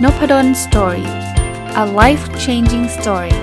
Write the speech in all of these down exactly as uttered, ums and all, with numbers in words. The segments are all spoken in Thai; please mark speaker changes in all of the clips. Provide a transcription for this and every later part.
Speaker 1: Noppadan Story. A life-changing story.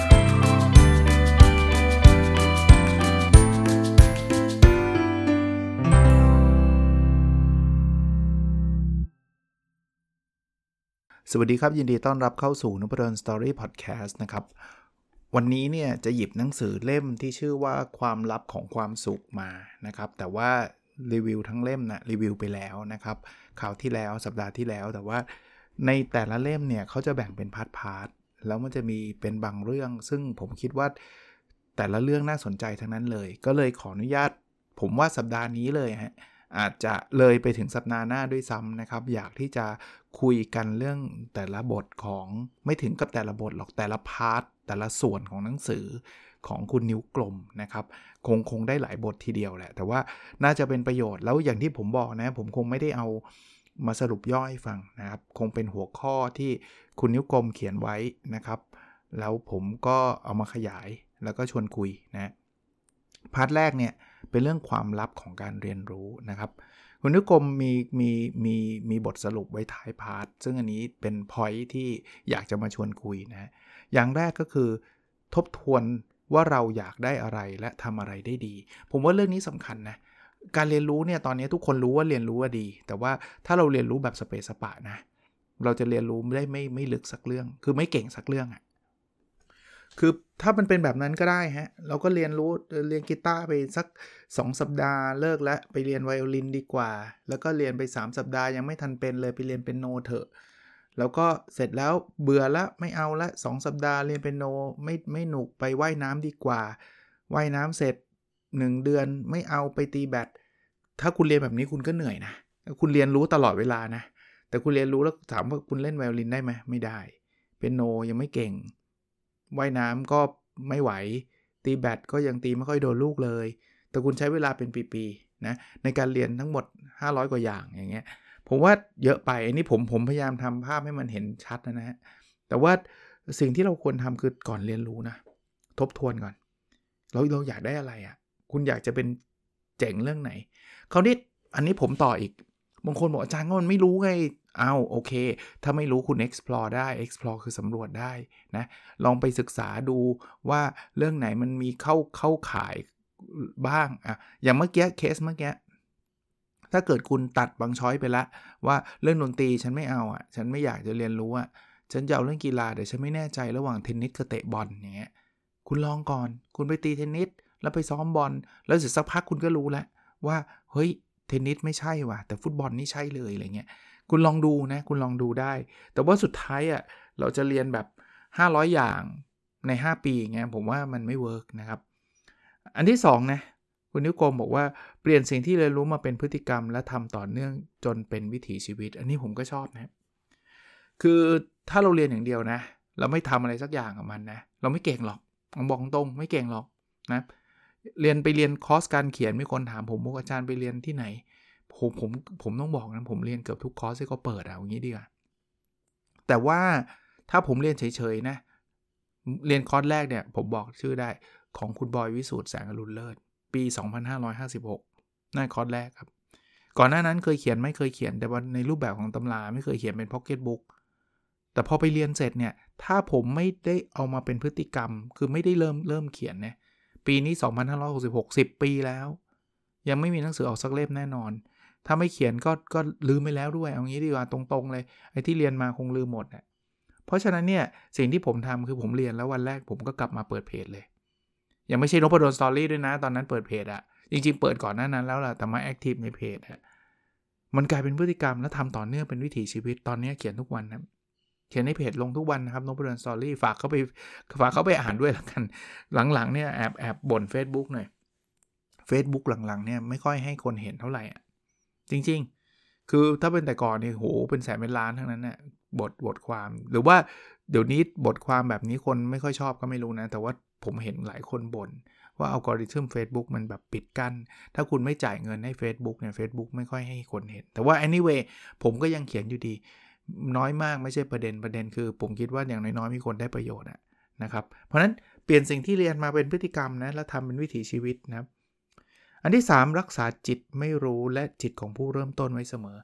Speaker 2: สวัสดีครับยินดีต้อนรับเข้าสู่ Noppadan Story Podcast นะครับวันนี้เนี่ยจะหยิบหนังสือเล่มที่ชื่อว่าความลับของความสุขมานะครับแต่ว่ารีวิวทั้งเล่มนะรีวิวไปแล้วนะครับคราวที่แล้วสัปดาห์ที่แล้วแต่ว่าในแต่ละเล่มเนี่ยเขาจะแบ่งเป็นพาร์ทๆแล้วมันจะมีเป็นบางเรื่องซึ่งผมคิดว่าแต่ละเรื่องน่าสนใจทั้งนั้นเลยก็เลยขออนุญาตผมว่าสัปดาห์นี้เลยฮะอาจจะเลยไปถึงสัปดาห์หน้าด้วยซ้ำนะครับอยากที่จะคุยกันเรื่องแต่ละบทของไม่ถึงกับแต่ละบทหรอกแต่ละพาร์ทแต่ละส่วนของหนังสือของคุณนิ้วกลมนะครับคงคงได้หลายบททีเดียวแหละแต่ว่าน่าจะเป็นประโยชน์แล้วอย่างที่ผมบอกนะผมคงไม่ได้เอามาสรุปย่อให้ฟังนะครับคงเป็นหัวข้อที่คุณนิ้วกลมเขียนไว้นะครับแล้วผมก็เอามาขยายแล้วก็ชวนคุยนะพาร์ทแรกเนี่ยเป็นเรื่องความลับของการเรียนรู้นะครับคุณนิ้วกลมมีมีมีมีบทสรุปไว้ท้ายพาร์ทซึ่งอันนี้เป็น point ที่อยากจะมาชวนคุยนะอย่างแรกก็คือทบทวนว่าเราอยากได้อะไรและทำอะไรได้ดีผมว่าเรื่องนี้สำคัญนะการเรียนรู้เนี่ยตอนนี้ทุกคนรู้ว่าเรียนรู้ว่าดีแต่ว่าถ้าเราเรียนรู้แบบสเปซสปะนะเราจะเรียนรู้ไม่ได้ไม่ไม่ลึกสักเรื่องคือไม่เก่งสักเรื่องอ่ะคือถ้ามันเป็นแบบนั้นก็ได้ฮะเราก็เรียนรู้เรียนกีตาร์ไปสักสองสัปดาห์เลิกแล้วไปเรียนไวโอลินดีกว่าแล้วก็เรียนไปสามสัปดาห์ยังไม่ทันเป็นเลยไปเรียนเปียโนเถอะแล้วก็เสร็จแล้วเบื่อแล้วไม่เอาละสองสัปดาห์เรียนเปียโนไม่ไม่หนุกไปว่ายน้ำดีกว่าว่ายน้ำเสร็จหนึ่งเดือนไม่เอาไปตีแบดถ้าคุณเรียนแบบนี้คุณก็เหนื่อยนะคุณเรียนรู้ตลอดเวลานะแต่คุณเรียนรู้แล้วถามว่าคุณเล่นไวโอลินได้ไหมไม่ได้เปียโนยังไม่เก่งว่ายน้ำก็ไม่ไหวตีแบดก็ยังตีไม่ค่อยโดนลูกเลยแต่คุณใช้เวลาเป็นปีๆนะในการเรียนทั้งหมดห้าร้อยกว่าอย่างอย่างเงี้ยผมว่าเยอะไปอันนี้ผมผมพยายามทำภาพให้มันเห็นชัดนะฮะแต่ว่าสิ่งที่เราควรทำคือก่อนเรียนรู้นะทบทวนก่อนเราเราอยากได้อะไรอ่ะคุณอยากจะเป็นเจ๋งเรื่องไหนคราวนี้อันนี้ผมต่ออีกบางคนบอกอาจารย์ก็มันไม่รู้ไงอ้าวโอเคถ้าไม่รู้คุณ explore ได้ explore คือสำรวจได้นะลองไปศึกษาดูว่าเรื่องไหนมันมีเข้าเข้าข่ายบ้างอ่ะอย่างเมื่อกี้เคสเมื่อกี้ถ้าเกิดคุณตัดบางช้อยไปละว่าเรื่องดนตรีฉันไม่เอาอ่ะฉันไม่อยากจะเรียนรู้อ่ะฉันจะเอาเรื่องกีฬาแต่ฉันไม่แน่ใจระหว่างเทนนิสกับเตะบอลอย่างเงี้ยคุณลองก่อนคุณไปตีเทนนิสแล้วไปซ้อมบอลแล้วเสร็จสักพักคุณก็รู้แล้วว่าเฮ้ยเทนนิสไม่ใช่ว่ะแต่ฟุตบอลนี่ใช่เลยอะไรเงี้ยคุณลองดูนะคุณลองดูได้แต่ว่าสุดท้ายอ่ะเราจะเรียนแบบห้าร้อยอย่างในห้าปีอย่างเงี้ยผมว่ามันไม่เวิร์กนะครับอันที่สองนะคุณนิ้วกลมบอกว่าเปลี่ยนสิ่งที่เรียนรู้มาเป็นพฤติกรรมและทำต่อเนื่องจนเป็นวิถีชีวิตอันนี้ผมก็ชอบนะคือถ้าเราเรียนอย่างเดียวนะเราไม่ทำอะไรสักอย่างกับมันนะเราไม่เก่งหรอกผมบอกตรงไม่เก่งหรอกนะเรียนไปเรียนคอร์สการเขียนมีคนถามผมว่าอาจารย์ไปเรียนที่ไหนผมผมผมต้องบอกนะผมเรียนเกือบทุกคอร์สที่เขาเปิดอะอย่างนี้ดีกว่าแต่ว่าถ้าผมเรียนเฉยๆนะเรียนคอร์สแรกเนี่ยผมบอกชื่อได้ของคุณบอยวิสูตรแสงอรุณเลิศปีสองพันห้าร้อยห้าสิบหกนั่นคอร์สแรกครับก่อนหน้านั้นเคยเขียนไม่เคยเขียนแต่ว่าในรูปแบบของตำราไม่เคยเขียนเป็นพ็อกเก็ตบุ๊กแต่พอไปเรียนเสร็จเนี่ยถ้าผมไม่ได้เอามาเป็นพฤติกรรมคือไม่ได้เริ่มเริ่มเขียนเนี่ยปีนี้สองพันห้าร้อยหกสิบหก สิบปีแล้วยังไม่มีหนังสือออกสักเล่มแน่นอนถ้าไม่เขียนก็ก็ลืมไปแล้วด้วยเอางี้ดีกว่าตรงๆเลยไอ้ที่เรียนมาคงลืมหมดอ่ะเพราะฉะนั้นเนี่ยสิ่งที่ผมทำคือผมเรียนแล้ววันแรกผมก็กลับมาเปิดเพจเลยยังไม่ใช่ Noppadan Story ด้วยนะตอนนั้นเปิดเพจอะจริงๆเปิดก่อนหน้านั้นแล้วล่ะแต่มาแอคทีฟในเพจอะมันกลายเป็นพฤติกรรมแล้วทำต่อเนื่องเป็นวิถีชีวิตตอนนี้เขียนทุกวันนะเขียนในเพจลงทุกวันนะครับ Noppadan Story ฝากเขาไปฝากเขาไปอ่านด้วยละกันหลังๆเนี่ยแอบแอบบ่น Facebook หน่อย Facebook หลังๆเนี่ยไม่ค่อยให้คนเห็นเท่าไหร่อ่ะจริงๆคือถ้าเป็นแต่ก่อนนี่โหเป็นแสนเป็นล้านทั้งนั้นน่ะบทบทความหรือว่าเดี๋ยวนี้บทความแบบนี้คนไม่ค่อยชอบก็ไม่รู้นะแต่ว่าผมเห็นหลายคนบ่นว่าอัลกอริทึม Facebook มันแบบปิดกั้นถ้าคุณไม่จ่ายเงินให้ Facebook เนี่ย Facebook ไม่ค่อยให้คนเห็นแต่ว่า anyway ผมก็ยังเขียนอยู่ดีน้อยมากไม่ใช่ประเด็นประเด็นคือผมคิดว่าอย่างน้อยๆมีคนได้ประโยชน์นะครับเพราะฉะนั้นเปลี่ยนสิ่งที่เรียนมาเป็นพฤติกรรมนะแล้วทำเป็นวิถีชีวิตนะครับอันที่สามรักษาจิตไม่รู้และจิตของผู้เริ่มต้นไว้เสมอ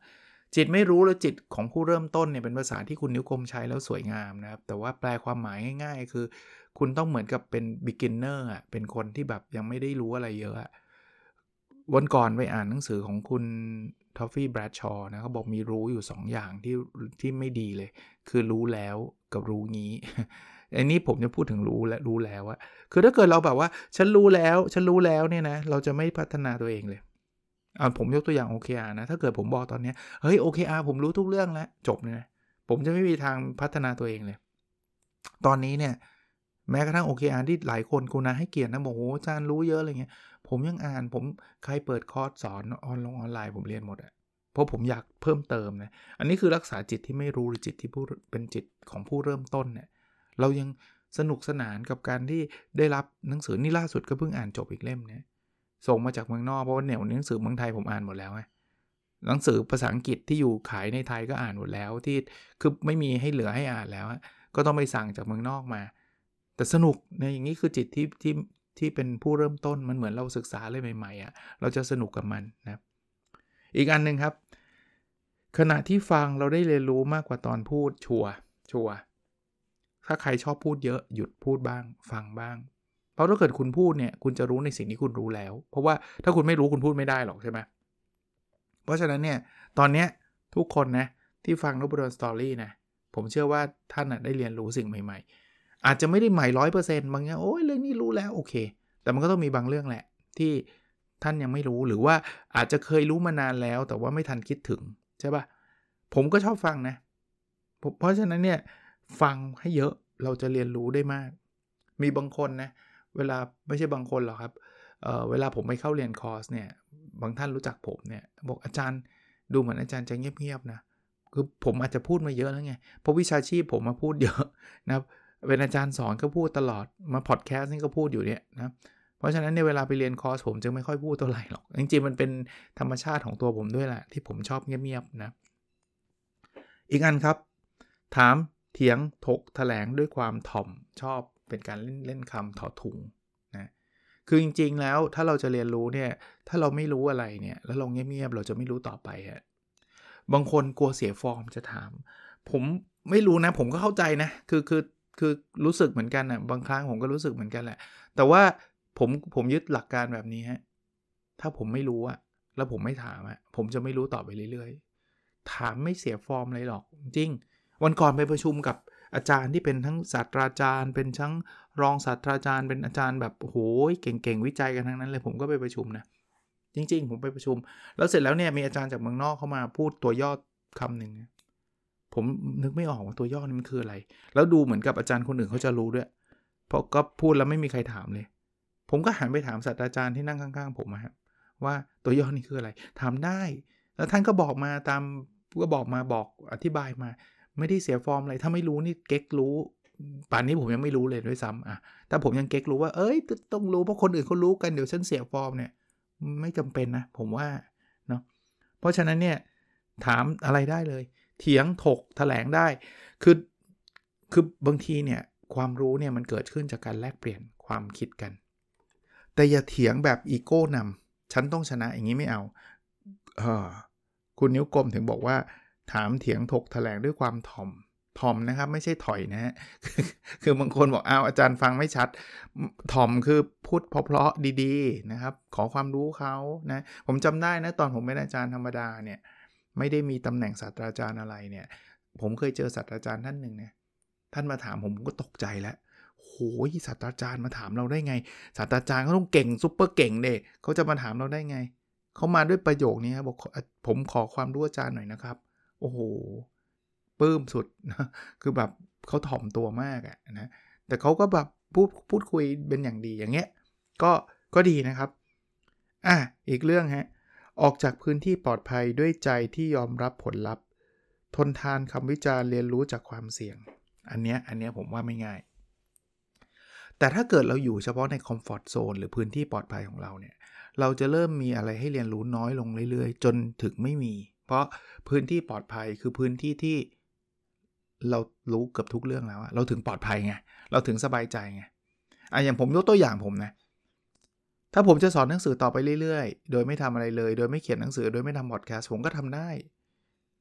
Speaker 2: จิตไม่รู้แล้วจิตของผู้เริ่มต้นเนี่ยเป็นภาษาที่คุณนิ้วกลมใช้แล้วสวยงามนะครับแต่ว่าแปลความหมายง่ายๆคือคุณต้องเหมือนกับเป็น beginner อ่ะเป็นคนที่แบบยังไม่ได้รู้อะไรเยอะอ่ะวันก่อนไปอ่านหนังสือของคุณทอฟฟี่แบรดชอว์นะเขาบอกมีรู้อยู่สองอย่างที่ที่ไม่ดีเลยคือรู้แล้วกับรู้งี้ อันนี้ผมจะพูดถึงรู้และรู้แล้วอะคือถ้าเกิดเราแบบว่าฉันรู้แล้วฉันรู้แล้วเนี่ยนะเราจะไม่พัฒนาตัวเองเลยอ่าผมยกตัวอย่าง โอ เค อาร์ นะถ้าเกิดผมบอกตอนนี้เฮ้ย โอ เค อาร์ ผมรู้ทุกเรื่องแล้วจบเลยนะผมจะไม่มีทางพัฒนาตัวเองเลยตอนนี้เนี่ยแม้กระทั่ง โอ เค อาร์ ที่หลายคนคุณนะให้เกียรตินะบอกโอ้อาจารย์รู้เยอะอะไรเงี้ยผมยังอ่านผมใครเปิดคอร์สสอนออนลงออนไลน์ผมเรียนหมดอะเพราะผมอยากเพิ่มเติมนะอันนี้คือรักษาจิตที่ไม่รู้หรือจิตที่ผู้เป็นจิตของผู้เริ่มต้นเนี่ยเรายังสนุกสนานกับการที่ได้รับหนังสือนี่ล่าสุดก็เพิ่งอ่านจบอีกเล่มเนี่ยส่งมาจากเมืองนอกเพราะว่าเนี่ยหนังสือเมืองไทยผมอ่านหมดแล้วไงหนังสือภาษาอังกฤษที่อยู่ขายในไทยก็อ่านหมดแล้วที่คือไม่มีให้เหลือให้อ่านแล้วก็ต้องไปสั่งจากเมืองนอกมาแต่สนุกเนี่ยอย่างนี้คือจิตที่ที่ที่เป็นผู้เริ่มต้นมันเหมือนเราศึกษาอะไรใหม่ๆอ่ะเราจะสนุกกับมันนะอีกอันนึงครับขณะที่ฟังเราได้เรียนรู้มากกว่าตอนพูดชัวร์ชัวร์ถ้าใครชอบพูดเยอะหยุดพูดบ้างฟังบ้างเพราะถ้าเกิดคุณพูดเนี่ยคุณจะรู้ในสิ่งที่คุณรู้แล้วเพราะว่าถ้าคุณไม่รู้คุณพูดไม่ได้หรอกใช่ไหมเพราะฉะนั้นเนี่ยตอนนี้ทุกคนนะที่ฟังนพดลสตอรี่นะผมเชื่อว่าท่านนะได้เรียนรู้สิ่งใหม่ๆอาจจะไม่ได้ใหม่ ร้อยเปอร์เซ็นต์ บางอย่างโอ้ยเรื่องนี้รู้แล้วโอเคแต่มันก็ต้องมีบางเรื่องแหละที่ท่านยังไม่รู้หรือว่าอาจจะเคยรู้มานานแล้วแต่ว่าไม่ทันคิดถึงใช่ป่ะผมก็ชอบฟังนะเพราะฉะนั้นเนี่ยฟังให้เยอะเราจะเรียนรู้ได้มากมีบางคนนะเวลาไม่ใช่บางคนหรอกครับ เอ่อ เวลาผมไปเข้าเรียนคอร์สเนี่ยบางท่านรู้จักผมเนี่ยบอกอาจารย์ดูเหมือนอาจารย์จะเงียบๆนะคือผมอาจจะพูดมาเยอะแล้วไงเพราะวิชาชีพผมมาพูดเยอะนะครับเป็นอาจารย์สอนก็พูดตลอดมาพอดแคสต์นี่ก็พูดอยู่เนี่ยนะเพราะฉะนั้นในเวลาไปเรียนคอร์สผมจึงไม่ค่อยพูดเท่าไหร่หรอกจริงๆมันเป็นธรรมชาติของตัวผมด้วยแหละที่ผมชอบเงียบๆนะอีกอันครับถามเถียงถกแถลงด้วยความถ่อมชอบเป็นการเล่นเล่นคำถอดถุงนะคือจริงๆแล้วถ้าเราจะเรียนรู้เนี่ยถ้าเราไม่รู้อะไรเนี่ยแล้วเราเงียบๆเราจะไม่รู้ต่อไปฮะบางคนกลัวเสียฟอร์มจะถามผมไม่รู้นะผมก็เข้าใจนะคือคือคือรู้สึกเหมือนกันนะบางครั้งผมก็รู้สึกเหมือนกันแหละแต่ว่าผมผมยึดหลักการแบบนี้ฮะถ้าผมไม่รู้อะแล้วผมไม่ถามอะผมจะไม่รู้ต่อไปเรื่อยๆถามไม่เสียฟอร์มเลยหรอกจริงวันก่อนไปประชุมกับอาจารย์ที่เป็นทั้งศาสตราจารย์เป็นทั้งรองศาสตราจารย์เป็นอาจารย์แบบโอ้โหเก่งๆวิจัยกันทั้งนั้นเลยผมก็ไปประชุมนะจริงๆผมไปประชุมแล้วเสร็จแล้วเนี่ยมีอาจารย์จากเมืองนอกเข้ามาพูดตัวย่อคำหนึ่งผมนึกไม่ออกว่าตัวย่อนี้มันคืออะไรแล้วดูเหมือนกับอาจารย์คนอื่นเขาจะรู้ด้วยเพราะก็พูดแล้วไม่มีใครถามเลยผมก็หันไปถามศาสตราจารย์ที่นั่งข้างๆผมครับว่าตัวย่อนี้คืออะไรถามได้แล้วท่านก็บอกมาตามก็บอกมาบอกอธิบายมาไม่ได้เสียฟอร์มอะไรถ้าไม่รู้นี่เก๊กรู้ป่านนี้ผมยังไม่รู้เลยด้วยซ้ำอ่ะแต่ผมยังเก๊กรู้ว่าเอ้ยต้องรู้เพราะคนอื่นเขารู้กันเดี๋ยวฉันเสียฟอร์มเนี่ยไม่จำเป็นนะผมว่าเนาะเพราะฉะนั้นเนี่ยถามอะไรได้เลยเถียงถกแถลงได้คือคือบางทีเนี่ยความรู้เนี่ยมันเกิดขึ้นจากการแลกเปลี่ยนความคิดกันแต่อย่าเถียงแบบอีโก้นำฉันต้องชนะอย่างนี้ไม่เอาเออคุณนิ้วกลมถึงบอกว่าถามเถียงถกแถลงด้วยความถ่อมถ่อมนะครับไม่ใช่ถอยนะฮะ คือบางคนบอกอ้าวอาจารย์ฟังไม่ชัดถ่อมคือพูดเพราะๆดีๆนะครับขอความรู้เขานะผมจำได้นะตอนผมเป็นอาจารย์ธรรมดาเนี่ยไม่ได้มีตำแหน่งศาสตราจารย์อะไรเนี่ยผมเคยเจอศาสตราจารย์ท่านหนึ่งเนี่ยท่านมาถามผมผมก็ตกใจแล้วโหยศาสตราจารย์มาถามเราได้ไงศาสตราจารย์เขาต้องเก่งซุปเปอร์เก่งเด็กเขาจะมาถามเราได้ไงเขามาด้วยประโยคนี้ครับบอกผมขอความรู้อาจารย์หน่อยนะครับโอ้โหปลื้มสุดนะคือแบบเขาถ่อมตัวมากอะนะแต่เขาก็แบบพูดพูดคุยเป็นอย่างดีอย่างเงี้ยก็ก็ดีนะครับอ่ะอีกเรื่องฮะออกจากพื้นที่ปลอดภัยด้วยใจที่ยอมรับผลลัพธ์ทนทานคำวิจารณ์เรียนรู้จากความเสี่ยงอันเนี้ยอันเนี้ยผมว่าไม่ง่ายแต่ถ้าเกิดเราอยู่เฉพาะในคอมฟอร์ตโซนหรือพื้นที่ปลอดภัยของเราเนี่ยเราจะเริ่มมีอะไรให้เรียนรู้น้อยลงเรื่อยๆจนถึงไม่มีเพราะพื้นที่ปลอดภัยคือพื้นที่ที่เรารู้เกือบทุกเรื่องแล้วเราถึงปลอดภัยไงเราถึงสบายใจไงอ่ะอย่างผมยกตัวอย่างผมนะถ้าผมจะสอนหนังสือต่อไปเรื่อยๆโดยไม่ทำอะไรเลยโดยไม่เขียนหนังสือโดยไม่ทำพอดแคสต์ผมก็ทำได้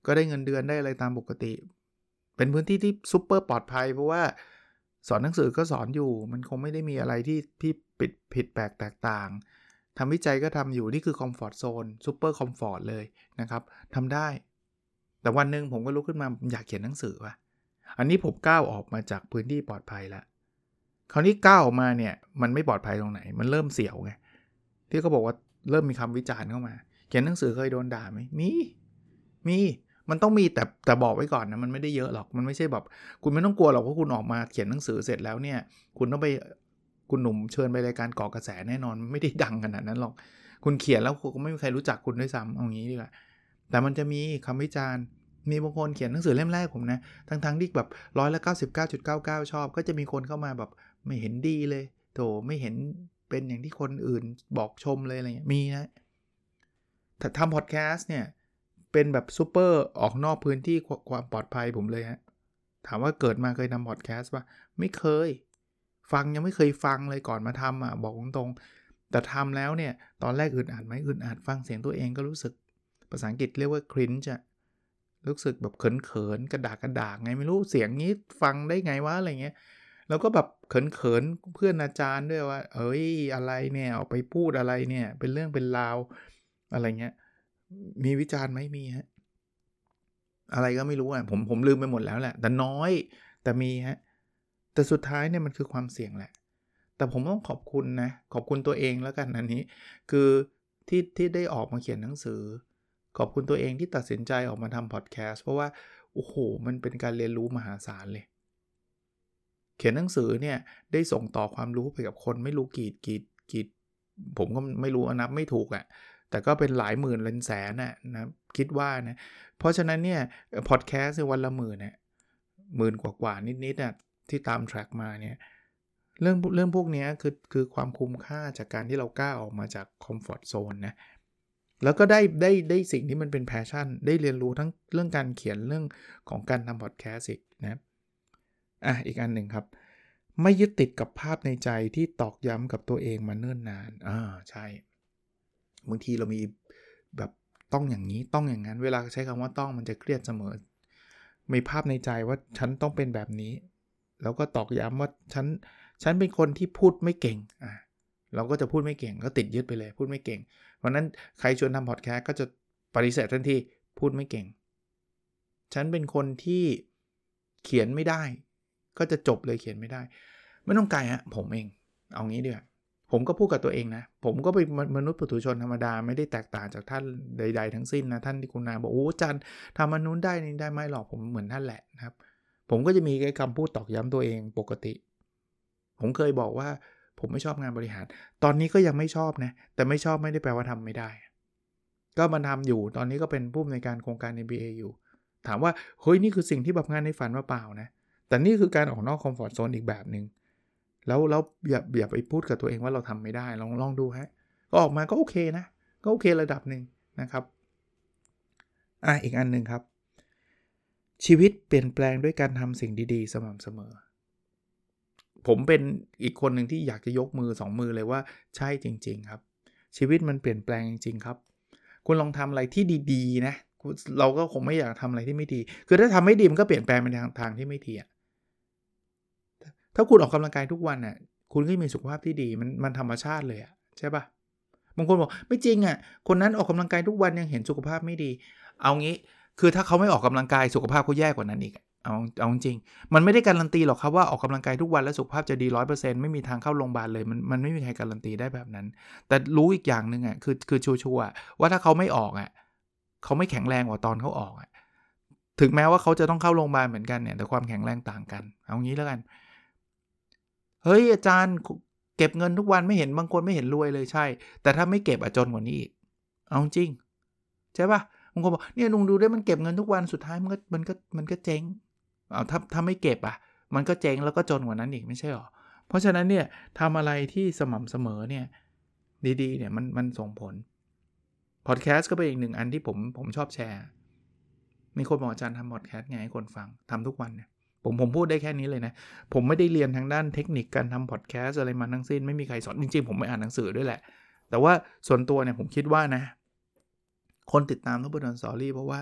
Speaker 2: ก็ได้เงินเดือนได้อะไรตามปกติเป็นพื้นที่ที่ซุปเปอร์ปลอดภัยเพราะว่าสอนหนังสือก็สอนอยู่มันคงไม่ได้มีอะไรที่ที่ผิดผิดแปลกแตกต่างทำวิจัยก็ทำอยู่นี่คือคอมฟอร์ตโซนซุปเปอร์คอมฟอร์ตเลยนะครับทำได้แต่วันหนึ่งผมก็ลุกขึ้นมาอยากเขียนหนังสือว่ะอันนี้ผมก้าวออกมาจากพื้นที่ปลอดภัยแล้วคราวนี้ก้าวออกมาเนี่ยมันไม่ปลอดภัยตรงไหนมันเริ่มเสียวไงที่เขาบอกว่าเริ่มมีคำวิจารณ์เข้ามาเขียนหนังสือเคยโดนด่าไหมมีมีมันต้องมีแต่แต่บอกไว้ก่อนนะมันไม่ได้เยอะหรอกมันไม่ใช่แบบคุณไม่ต้องกลัวหรอกว่าคุณออกมาเขียนหนังสือเสร็จแล้วเนี่ยคุณต้องไปคุณหนุ่มเชิญไปรายการก่อกระแสแน่นอนไม่ได้ดังขนาดนั้นหรอกคุณเขียนแล้วก็ไม่มีใครรู้จักคุณด้วยซ้ำเอางี้ดีกว่าแต่มันจะมีคำวิจารณ์มีบางคนเขียนหนังสือเล่มแรกผมนะทั้งๆที่แบบร้อยละ เก้าสิบเก้าจุดเก้าเก้า ชอบก็จะมีคนเข้ามาแบบไม่เห็นดีเลยโถไม่เห็นเป็นอย่างที่คนอื่นบอกชมเลยอะไรเงี้ยมีนะถ้าทำพอดแคสต์เนี่ยเป็นแบบซูเปอร์ออกนอกพื้นที่ความปลอดภัยผมเลยฮะถามว่าเกิดมาเคยทำพอดแคสต์ป่ะไม่เคยฟังยังไม่เคยฟังเลยก่อนมาทำอ่ะบอกตรงๆแต่ทำแล้วเนี่ยตอนแรกอึดอัดไหมอึดอัดฟังเสียงตัวเองก็รู้สึกภาษาอังกฤษเรียกว่า cringe อะรู้สึกแบบเขินๆกระดากกระดากไงไม่รู้เสียงนี้ฟังได้ไงวะอะไรเงี้ยแล้วก็แบบเขินๆเพื่อนอาจารย์ด้วยว่าเอ้ยอะไรเนี่ยออกไปพูดอะไรเนี่ยเป็นเรื่องเป็นราวอะไรเงี้ยมีวิจารณ์ไหมมีฮะอะไรก็ไม่รู้อ่ะผมผมลืมไปหมดแล้วแหละแต่น้อยแต่มีฮะแต่สุดท้ายเนี่ยมันคือความเสี่ยงแหละแต่ผมต้องขอบคุณนะขอบคุณตัวเองแล้วกันอันนี้คือที่ที่ได้ออกมาเขียนหนังสือขอบคุณตัวเองที่ตัดสินใจออกมาทำพอดแคสต์เพราะว่าโอ้โหมันเป็นการเรียนรู้มหาศาลเลยเขียนหนังสือเนี่ยได้ส่งต่อความรู้ไปกับคนไม่รู้กี่กี่กี่ผมก็ไม่รู้นับไม่ถูกอ่ะแต่ก็เป็นหลายหมื่นเป็นแสนน่ะนะคิดว่านะเพราะฉะนั้นเนี่ยพอดแคสต์วันละหมื่นเนี่ยหมื่นกว่าๆนิดๆน่ะที่ตามแทร็กมาเนี่ยเรื่องเรื่องพวกนี้คือคือความคุ้มค่าจากการที่เรากล้าออกมาจากคอมฟอร์ตโซนนะแล้วก็ได้ได้ได้สิ่งที่มันเป็นแพชชั่นได้เรียนรู้ทั้งเรื่องการเขียนเรื่องของการทำพอดแคสต์อีกนะอ่ะอีกอันหนึ่งครับไม่ยึดติดกับภาพในใจที่ตอกย้ำกับตัวเองมาเนิ่นนานอ่าใช่บางทีเรามีแบบต้องอย่างนี้ต้องอย่างนั้นเวลาใช้คำว่าต้องมันจะเครียดเสมอมีภาพในใจว่าฉันต้องเป็นแบบนี้แล้วก็ตอกย้ำว่าฉันฉันเป็นคนที่พูดไม่เก่งอ่ะเราก็จะพูดไม่เก่งก็ติดยึดไปเลยพูดไม่เก่งเพราะนั้นใครชวนทำพอดแคสต์ก็จะปฏิเสธทันทีพูดไม่เก่งฉันเป็นคนที่เขียนไม่ได้ก็จะจบเลยเขียนไม่ได้ไม่ต้องไกลฮะผมเองเอางี้ดีกว่าผมก็พูดกับตัวเองนะผมก็เป็นมนุษย์ปุถุชนธรรมดาไม่ได้แตกต่างจากท่านใดๆทั้งสิ้นนะท่านที่คุณนาบอกโอ้จันทำอันนู้นได้นี่ได้ไม่หรอกผมเหมือนท่านแหละนะครับผมก็จะมีคำพูดตอกย้ำตัวเองปกติผมเคยบอกว่าผมไม่ชอบงานบริหารตอนนี้ก็ยังไม่ชอบนะแต่ไม่ชอบไม่ได้แปลว่าทำไม่ได้ก็มันทำอยู่ตอนนี้ก็เป็นผู้อำนวยการโครงการ เอ็ม บี เอ อยู่ถามว่าเฮ้ยนี่คือสิ่งที่แบบงานในฝันว่าเปล่านะแต่นี่คือการออกนอกคอมฟอร์ตโซนอีกแบบนึงแล้วแล้วอย่าอย่าไปพูดกับตัวเองว่าเราทำไม่ได้ลองลองดูฮะก็ออกมาก็โอเคนะก็โอเคระดับหนึ่งนะครับอ่ะอีกอันนึงครับชีวิตเปลี่ยนแปลงด้วยการทำสิ่งดีๆสม่ำเสมอผมเป็นอีกคนหนึ่งที่อยากจะยกมือสองมือเลยว่าใช่จริงๆครับชีวิตมันเปลี่ยนแปลงจริงๆครับคุณลองทำอะไรที่ดีๆนะเราก็คงไม่อยากทำอะไรที่ไม่ดีคือถ้าทำไม่ดีมันก็เปลี่ยนแปลงไปทางทางที่ไม่ดีอ่ะถ้าคุณออกกำลังกายทุกวันน่ะคุณก็มีสุขภาพที่ดีมันมันธรรมชาติเลยอ่ะใช่ป่ะบางคนบอกไม่จริงอ่ะคนนั้นออกกำลังกายทุกวันยังเห็นสุขภาพไม่ดีเอางี้คือถ้าเขาไม่ออกกำลังกายสุขภาพเขาแย่กว่านั้นอีกเอาเอาจริงมันไม่ได้การันตีหรอกครับว่าออกกำลังกายทุกวันแล้วสุขภาพจะดี ร้อยเปอร์เซ็นต์ ไม่มีทางเข้าโรงพยาบาลเลยมันมันไม่มีใครการันตีได้แบบนั้นแต่รู้อีกอย่างนึงอ่ะคือคือชัวร์ๆว่าถ้าเขาไม่ออกอ่ะเขาไม่แข็งแรงกว่าตอนเขาออกอ่ะถึงแม้ว่าเขาจะต้องเข้าโรงพยาบาลเหมือนกันเนี่ยแต่ความแข็งแรงต่างกันเอางี้แล้วกันเฮ้ยอาจารย์เก็บเงินทุกวันไม่เห็นบางคนไม่เห็นรวยเลยใช่แต่ถ้าไม่เก็บอ่ะจนกว่านี้อีกเอาจริงใช่ป่ะบางคนบอกเนี่ยลุงดูได้มันเก็บเงินทุกวันสุดท้ายมันก็มันก็มันก็เจ๊งเอาถ้าถ้าไม่เก็บอ่ะมันก็เจ๊งแล้วก็จนกว่านั้นอีกไม่ใช่หรอเพราะฉะนั้นเนี่ยทำอะไรที่สม่ำเสมอเนี่ยดีๆเนี่ยมันมันส่งผลพอดแคสต์ก็เป็นอีกหนึ่งอันที่ผมผมชอบแชร์มีคนบอกอาจารย์ทำพอดแคสต์ไงให้คนฟังทำทุกวันเนี่ยผมผมพูดได้แค่นี้เลยนะผมไม่ได้เรียนทางด้านเทคนิคการทำพอดแคสต์อะไรมาทั้งสิ้นไม่มีใครสอนจริงๆผมไม่อ่านหนังสือด้วยแหละแต่ว่าส่วนตัวเนี่ยผมคิดว่านะคนติดตามนพดลสตอรี่เพราะว่า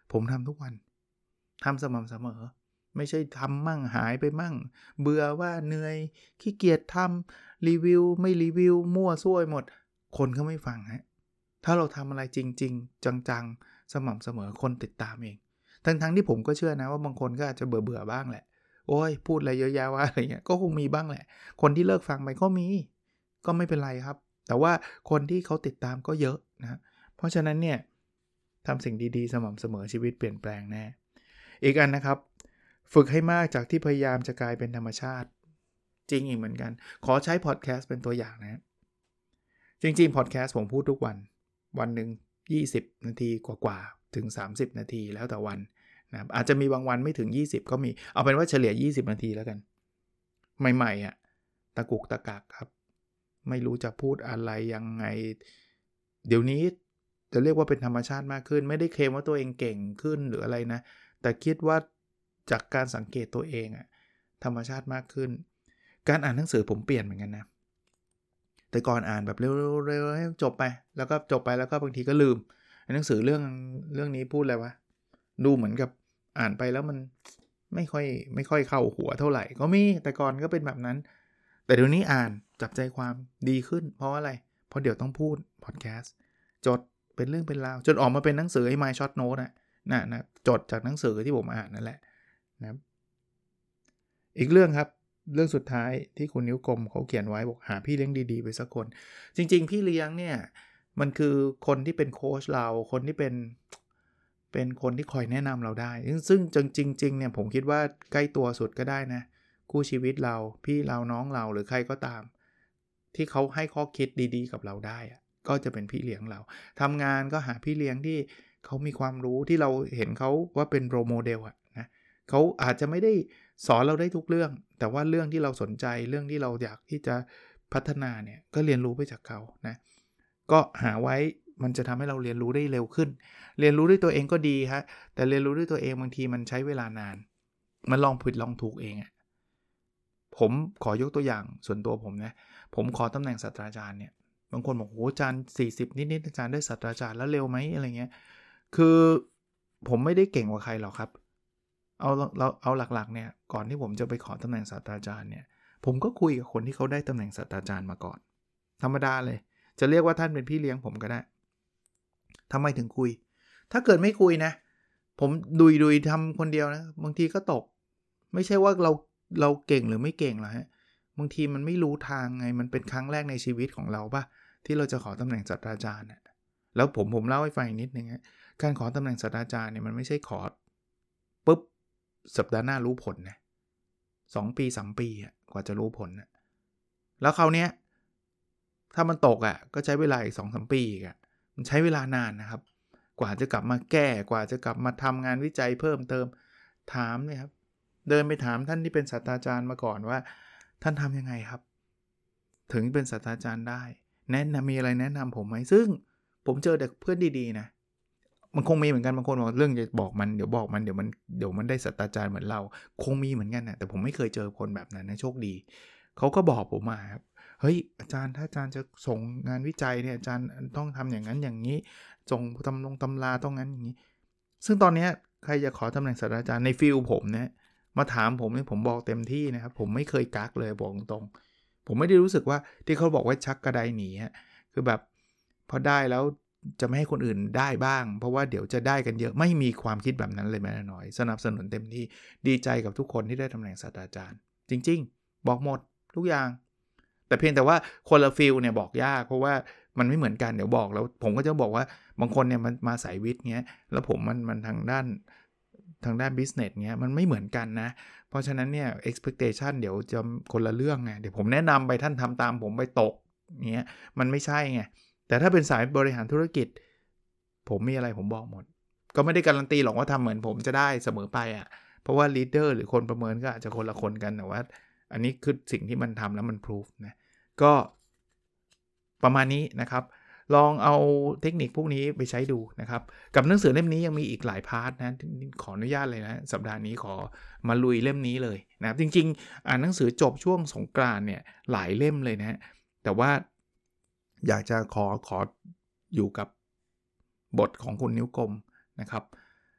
Speaker 2: ผมทำทุกวันทำสม่ำเสมอไม่ใช่ทำมั่งหายไปมั่งเบื่อว่าเหนื่อยขี้เกียจทำรีวิวไม่รีวิวมั่วซั่วหมดคนเขาไม่ฟังฮะถ้าเราทำอะไรจริงๆจังๆสม่ำเสมอคนติดตามเองทั้งๆที่ผมก็เชื่อนะว่าบางคนก็อาจจะเบื่อๆบ้างแหละโอ้ยพูดอะไรเยอะแยะว่าอะไรเงี้ยก็คงมีบ้างแหละคนที่เลิกฟังไปก็มีก็ไม่เป็นไรครับแต่ว่าคนที่เขาติดตามก็เยอะนะเพราะฉะนั้นเนี่ยทำสิ่งดีๆสม่ำเสมอชีวิตเปลี่ยนแปลงแน่อีกอันนะครับฝึกให้มากจากที่พยายามจะกลายเป็นธรรมชาติจริงอีกเหมือนกันขอใช้พอดแคสต์เป็นตัวอย่างนะจริงๆพอดแคสต์ผมพูดทุกวันวันหนึ่งยี่สิบนาทีกว่าๆถึงสามสิบนาทีแล้วแต่วันนะอาจจะมีบางวันไม่ถึงยี่สิบก็มีเอาเป็นว่าเฉลี่ยยี่สิบนาทีแล้วกันใหม่ๆอ่ะตะกุกตะกักครับไม่รู้จะพูดอะไรยังไงเดี๋ยวนี้จะเรียกว่าเป็นธรรมชาติมากขึ้นไม่ได้เคลมว่าตัวเองเก่งขึ้นหรืออะไรนะแต่คิดว่าจากการสังเกตตัวเองอะธรรมชาติมากขึ้นการอ่านหนังสือผมเปลี่ยนเหมือนกันนะแต่ก่อนอ่านแบบเร็วๆให้จบไปแล้วก็จบไปแล้วก็บางทีก็ลืมหนังสือเรื่องเรื่องนี้พูดอะไรวะดูเหมือนกับอ่านไปแล้วมันไม่ค่อยไม่ค่อยเข้าหัวเท่าไหร่ก็มีแต่ก่อนก็เป็นแบบนั้นแต่เดี๋ยวนี้อ่านจับใจความดีขึ้นเพราะอะไรเพราะเดี๋ยวต้องพูดพอดแคสต์จดเป็นเรื่องเป็นราวจนออกมาเป็นหนังสือไอ้ My Short Note น่ะนะนะจดจากหนังสือที่ผมอ่านนั่นแหละนะอีกเรื่องครับเรื่องสุดท้ายที่คุณนิ้วกลมเขาเขียนไว้บอกหาพี่เลี้ยงดีๆไปสักคนจริงๆพี่เลี้ยงเนี่ยมันคือคนที่เป็นโค้ชเราคนที่เป็นเป็นคนที่คอยแนะนำเราได้ซึ่งจริงๆเนี่ยผมคิดว่าใกล้ตัวสุดก็ได้นะคู่ชีวิตเราพี่เราน้องเราหรือใครก็ตามที่เขาให้ข้อคิดดีๆกับเราได้ก็จะเป็นพี่เลี้ยงเราทำงานก็หาพี่เลี้ยงที่เขามีความรู้ที่เราเห็นเขาว่าเป็นโรลโมเดลอะนะเขาอาจจะไม่ได้สอนเราได้ทุกเรื่องแต่ว่าเรื่องที่เราสนใจเรื่องที่เราอยากที่จะพัฒนาเนี่ยก็เรียนรู้ไปจากเขานะก็หาไว้มันจะทำให้เราเรียนรู้ได้เร็วขึ้นเรียนรู้ด้วยตัวเองก็ดีฮะแต่เรียนรู้ด้วยตัวเองบางทีมันใช้เวลานานมันลองผิดลองถูกเองอะผมขอยกตัวอย่างส่วนตัวผมนะผมขอตำแหน่งศาสตราจารย์เนี่ยบางคนบอกโอ้อาจารย์สี่สิบนิดๆอาจารย์ได้ศาสตราจารย์แล้วเร็วไหมอะไรเงี้ยคือผมไม่ได้เก่งกว่าใครหรอกครับเอาเราเอาหลักๆเนี่ยก่อนที่ผมจะไปขอตำแหน่งศาสตราจารย์เนี่ยผมก็คุยกับคนที่เขาได้ตำแหน่งศาสตราจารย์มาก่อนธรรมดาเลยจะเรียกว่าท่านเป็นพี่เลี้ยงผมก็ได้ทำไมถึงคุยถ้าเกิดไม่คุยนะผมดุยดุยทำคนเดียวนะบางทีก็ตกไม่ใช่ว่าเราเราเก่งหรือไม่เก่งหรอกฮะบางทีมันไม่รู้ทางไงมันเป็นครั้งแรกในชีวิตของเราป่ะที่เราจะขอตำแหน่งศาสตราจารย์นะแล้วผมผมเล่าให้ฟังอีกนิดนึงฮะการขอตำแหน่งศาสตราจารย์เนี่ยมันไม่ใช่ขอปุ๊บสัปดาห์หน้ารู้ผลนะสองปีสามปีอ่ะกว่าจะรู้ผลนะแล้วคราวเนี้ยถ้ามันตกอ่ะก็ใช้เวลาอีก สองถึงสาม ปีอีกอ่ะมันใช้เวลานานนะครับกว่าจะกลับมาแก้กว่าจะกลับมาทำงานวิจัยเพิ่มเติมถามเนี่ยครับเดินไปถามท่านที่เป็นศาสตราจารย์มาก่อนว่าท่านทำยังไงครับถึงเป็นศาสตราจารย์ได้แนะนำมีอะไรแนะนำผมไหมซึ่งผมเจอแต่เพื่อนดีๆนะมันคงมีเหมือนกันบางคนบอกเรื่องจะบอกมันเดี๋ยวบอกมันเดี๋ยวมันเดี๋ยวมันได้ศาสตราจารย์เหมือนเราคงมีเหมือนกันนะแต่ผมไม่เคยเจอคนแบบนั้นนะโชคดีเขาก็บอกผมมาครับเฮ้ยอาจารย์ถ้าอาจารย์จะส่งงานวิจัยเนี่ยอาจารย์ต้องทำอย่างนั้นอย่างนี้ส่งตำลงตำราต้องงั้นอย่างนี้ซึ่งตอนนี้ใครจะขอตำแหน่งศาสตราจารย์ในฟิลผมเนี่ยมาถามผมเนี่ยผมบอกเต็มที่นะครับผมไม่เคยกักเลยบอกตรงๆผมไม่ได้รู้สึกว่าที่เขาบอกว่าชักกระไดหนีฮะคือแบบพอได้แล้วจะไม่ให้คนอื่นได้บ้างเพราะว่าเดี๋ยวจะได้กันเยอะไม่มีความคิดแบบนั้นเลยแม้แต่น้อยสนับสนุนเต็มที่ดีใจกับทุกคนที่ได้ตำแหน่งศาสตราจารย์จริงๆบอกหมดทุกอย่างแต่เพียงแต่ว่าคนละฟิลเนี่ยบอกยากเพราะว่ามันไม่เหมือนกันเดี๋ยวบอกแล้วผมก็จะบอกว่าบางคนเนี่ยมันมาสายวิทย์เงี้ยแล้วผมมันมันทางด้านทางด้าน business เงี้ยมันไม่เหมือนกันนะเพราะฉะนั้นเนี่ย expectation เดี๋ยวจะคนละเรื่องไงเดี๋ยวผมแนะนำไปท่านทำตามผมไปตกเงี้ยมันไม่ใช่ไงแต่ถ้าเป็นสายบริหารธุรกิจผมมีอะไรผมบอกหมดก็ไม่ได้การันตีหรอกว่าทำเหมือนผมจะได้เสมอไปอ่ะเพราะว่า leader หรือคนประเมินก็อาจจะคนละคนกันแต่ว่าอันนี้คือสิ่งที่มันทำแล้วมันพิสูจนะก็ประมาณนี้นะครับลองเอาเทคนิคพวกนี้ไปใช้ดูนะครับกับหนังสือเล่มนี้ยังมีอีกหลายพาร์ทนะขออนุญาตเลยนะสัปดาห์นี้ขอมาลุยเล่มนี้เลยนะครับจริงๆอ่านหนังสือจบช่วงสงกรานต์เนี่ยหลายเล่มเลยนะแต่ว่าอยากจะขอขออยู่กับบทของคุณนิ้วกลมนะครับ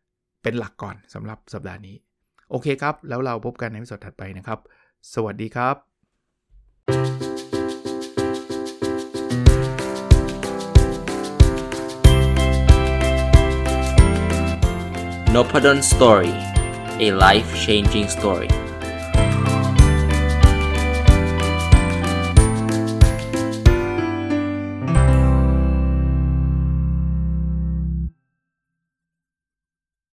Speaker 2: เป็นหลักก่อนสำหรับสัปดาห์นี้โอเคครับแล้วเราพบกันในวิดีโอถัดไปนะครับสวัสดีครับ
Speaker 3: Nopadon Story, a life-changing story.